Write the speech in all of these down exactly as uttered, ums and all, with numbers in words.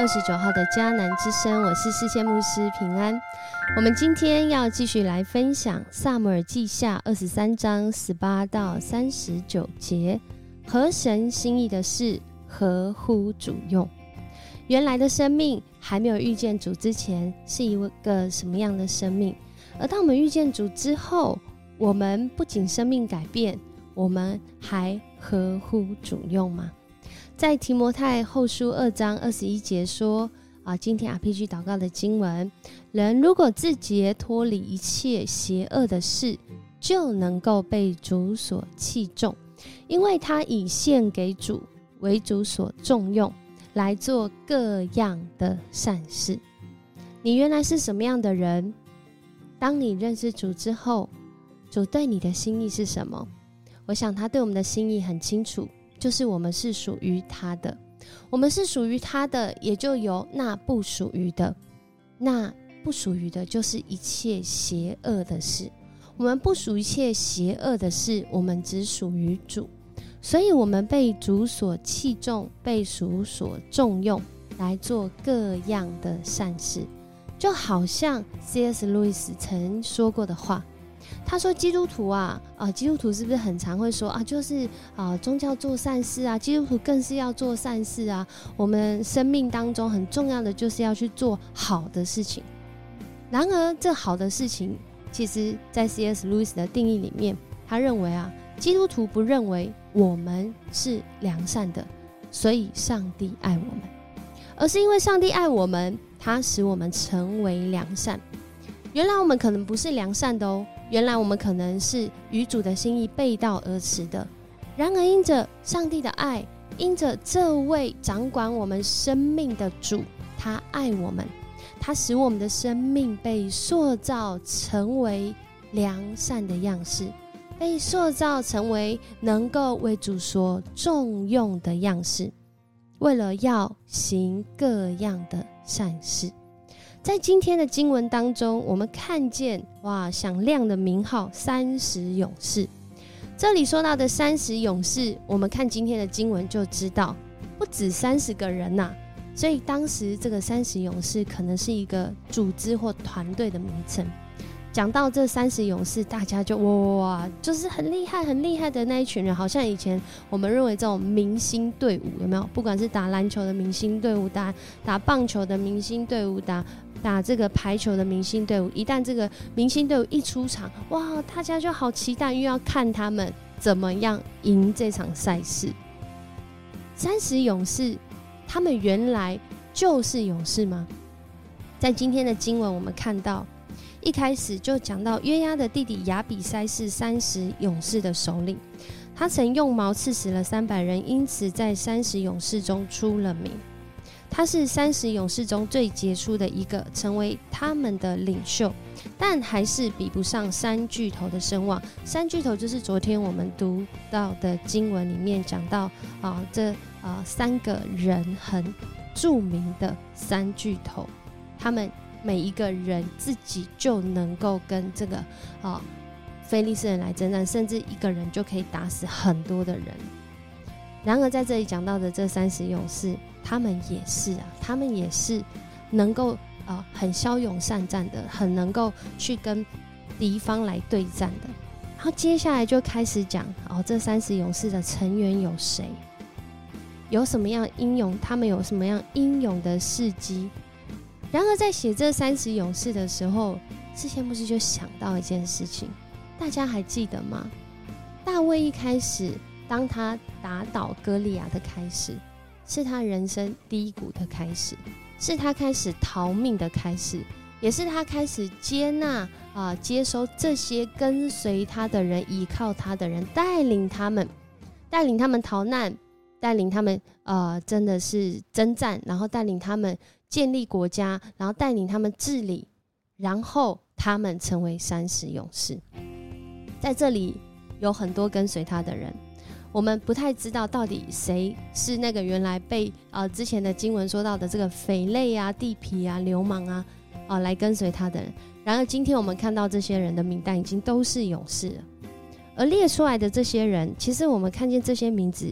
二十九号的迦南之声，我是世界牧师平安。我们今天要继续来分享撒母耳记下二十三章十八到三十九节，合神心意的事，合乎主用。原来的生命还没有遇见主之前是一个什么样的生命，而当我们遇见主之后，我们不仅生命改变，我们还合乎主用吗？在提摩太后书二章二十一节说、啊、今天 R P G 祷告的经文，人如果自洁脱离一切邪恶的事，就能够被主所器重，因为他以献给主为主所重用，来做各样的善事。你原来是什么样的人？当你认识主之后，主对你的心意是什么？我想他对我们的心意很清楚，就是我们是属于他的，我们是属于他的，也就有那不属于的，那不属于的就是一切邪恶的事。我们不属于一切邪恶的事，我们只属于主，所以我们被主所器重，被主所重用，来做各样的善事。就好像 C S 路易斯曾说过的话，他说基督徒啊，啊基督徒是不是很常会说啊，就是啊宗教做善事啊，基督徒更是要做善事啊。我们生命当中很重要的就是要去做好的事情。然而这好的事情，其实在 C S 路易斯的定义里面，他认为啊，基督徒不认为我们是良善的，所以上帝爱我们，而是因为上帝爱我们，他使我们成为良善。原来我们可能不是良善的哦，原来我们可能是与主的心意背道而驰的。然而因着上帝的爱，因着这位掌管我们生命的主，他爱我们，他使我们的生命被塑造成为良善的样式，被塑造成为能够为主所重用的样式，为了要行各样的善事。在今天的经文当中，我们看见哇响亮的名号三十勇士。这里说到的三十勇士，我们看今天的经文就知道不止三十个人呐、啊，所以当时这个三十勇士可能是一个组织或团队的名称。讲到这三十勇士，大家就哇，就是很厉害很厉害的那一群人，好像以前我们认为这种明星队伍，有没有？不管是打篮球的明星队伍，打打棒球的明星队伍，打打这个排球的明星队伍，一旦这个明星队伍一出场，哇，大家就好期待，因为要看他们怎么样赢这场赛事。三十勇士，他们原来就是勇士吗？在今天的经文，我们看到一开始就讲到约押的弟弟亚比筛是三十勇士的首领，他曾用矛刺死了三百人，因此在三十勇士中出了名。他是三十勇士中最杰出的一个，成为他们的领袖，但还是比不上三巨头的声望。三巨头就是昨天我们读到的经文里面讲到、啊、这、啊、三个人很著名的三巨头，他们每一个人自己就能够跟这个、啊、非利士人来征战，甚至一个人就可以打死很多的人。然而在这里讲到的这三十勇士，他们也是啊，他们也是能够、呃、很骁勇善战的，很能够去跟敌方来对战的。然后接下来就开始讲、哦、这三十勇士的成员有谁，有什么样英勇，他们有什么样英勇的事迹。然而在写这三十勇士的时候，世界牧师就想到一件事情，大家还记得吗？大卫一开始当他打倒歌利亚的开始，是他人生低谷的开始，是他开始逃命的开始，也是他开始接纳、呃、接收这些跟随他的人，依靠他的人，带领他们带领他们逃难，带领他们、呃、真的是征战，然后带领他们建立国家，然后带领他们治理，然后他们成为三十勇士。在这里有很多跟随他的人，我们不太知道到底谁是那个原来被、呃、之前的经文说到的这个匪类啊、地痞啊、流氓啊、呃、来跟随他的人。然而今天我们看到这些人的名单已经都是勇士了，而列出来的这些人，其实我们看见这些名字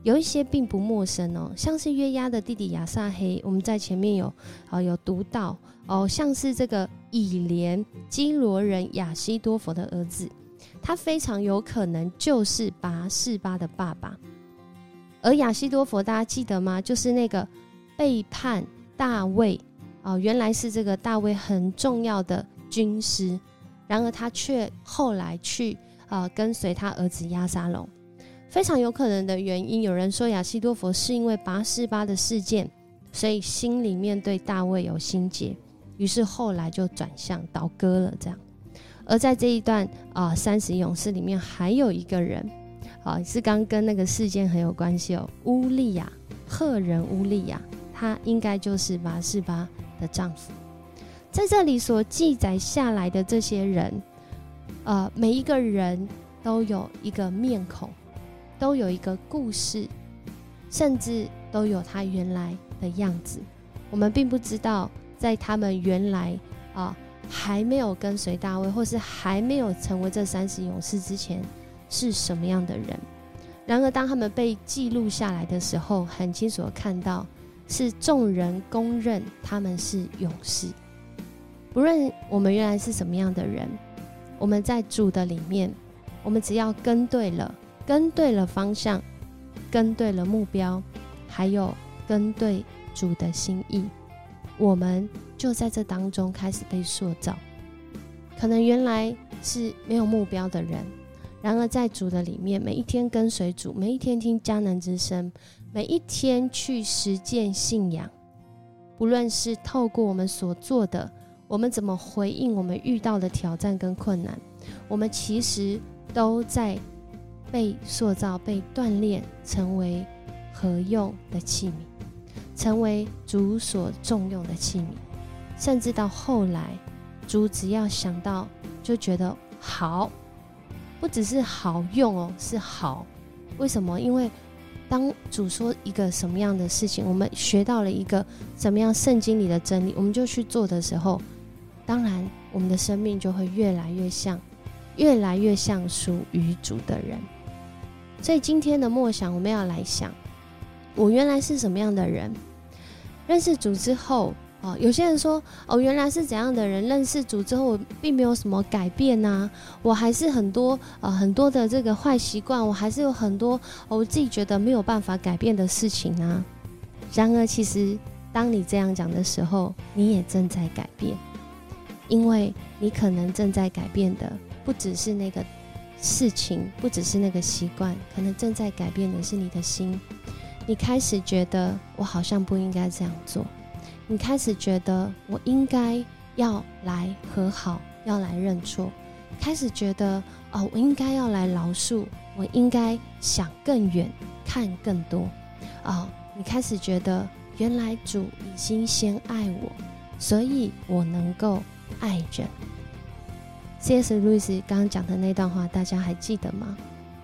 有一些并不陌生哦，像是约押的弟弟亚撒黑，我们在前面有、呃、有读到哦，像是这个以连基罗人亚希多弗的儿子，他非常有可能就是拔示巴的爸爸。而亚希多弗大家记得吗？就是那个背叛大卫、哦、原来是这个大卫很重要的军师，然而他却后来去、呃、跟随他儿子押沙龙。非常有可能的原因，有人说亚希多弗是因为拔示巴的事件，所以心里面对大卫有心结，于是后来就转向倒戈了这样。而在这一段啊三十勇士里面，还有一个人啊，是刚跟那个事件很有关系哦，乌利亚，赫人乌利亚，他应该就是拔示巴的丈夫。在这里所记载下来的这些人，呃，每一个人都有一个面孔，都有一个故事，甚至都有他原来的样子。我们并不知道在他们原来、呃、还没有跟随大卫，或是还没有成为这三十勇士之前是什么样的人。然而当他们被记录下来的时候，很清楚地看到是众人公认他们是勇士。不论我们原来是什么样的人，我们在主的里面，我们只要跟对了跟对了方向，跟对了目标，还有跟对主的心意，我们就在这当中开始被塑造。可能原来是没有目标的人，然而在主的里面，每一天跟随主，每一天听迦南之声，每一天去实践信仰，不论是透过我们所做的，我们怎么回应我们遇到的挑战跟困难，我们其实都在被塑造，被锻炼，成为合用的器皿，成为主所重用的器皿。甚至到后来，主只要想到就觉得好，不只是好用哦，是好。为什么？因为当主说一个什么样的事情，我们学到了一个什么样圣经里的真理，我们就去做的时候，当然我们的生命就会越来越像越来越像属于主的人。所以今天的默想，我们要来想，我原来是什么样的人？认识主之后、哦、有些人说哦，原来是怎样的人？认识主之后，我并没有什么改变啊，我还是很多、呃、很多的这个坏习惯，我还是有很多、哦、我自己觉得没有办法改变的事情啊。然而其实当你这样讲的时候，你也正在改变，因为你可能正在改变的不只是那个事情，不只是那个习惯，可能正在改变的是你的心。你开始觉得我好像不应该这样做，你开始觉得我应该要来和好，要来认错，开始觉得、哦、我应该要来饶恕，我应该想更远，看更多、哦、你开始觉得原来主已经先爱我，所以我能够爱人。C S 路易斯刚刚讲的那段话，大家还记得吗？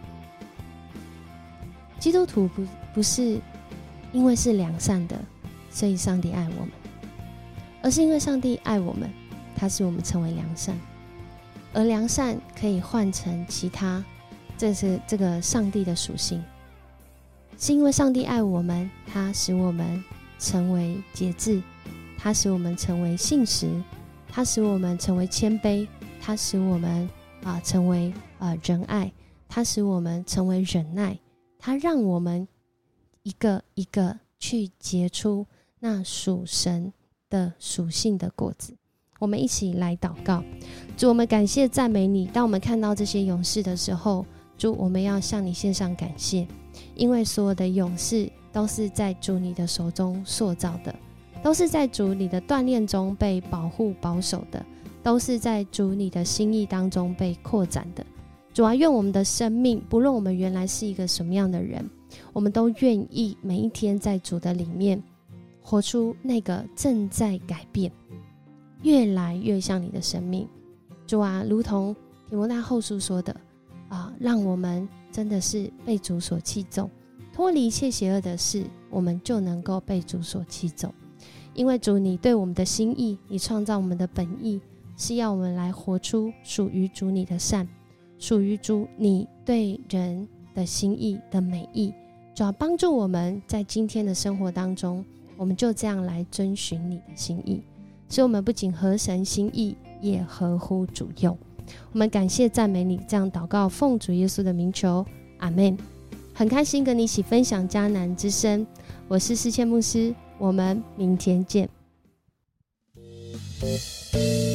基督徒 不, 不是因为是良善的，所以上帝爱我们，而是因为上帝爱我们，他使我们成为良善，而良善可以换成其他，这是这个上帝的属性。是因为上帝爱我们，他使我们成为节制，他使我们成为信实，他使我们成为谦卑，他使我们、呃、成为、呃、仁爱，他使我们成为忍耐，他让我们一个一个去结出那属神的属性的果子。我们一起来祷告。主，我们感谢赞美你，当我们看到这些勇士的时候，主，我们要向你献上感谢，因为所有的勇士都是在主你的手中塑造的，都是在主你的锻炼中被保护保守的，都是在主你的心意当中被扩展的。主啊，愿我们的生命，不论我们原来是一个什么样的人，我们都愿意每一天在主的里面活出那个正在改变，越来越像你的生命。主啊，如同提摩太后书说的、啊、让我们真的是被主所器重，脱离一切邪恶的事，我们就能够被主所器重。因为主你对我们的心意，你创造我们的本意，是要我们来活出属于主你的善，属于主你对人的心意的美意， 主要帮助我们在今天的生活当中，我们就这样来遵循你的心意，使我们不仅合神心意，也合乎主用。我们感谢赞美你，这样祷告奉主耶稣的名求，阿们。很开心跟你一起分享迦南之声，我是诗倩牧师，我们明天见。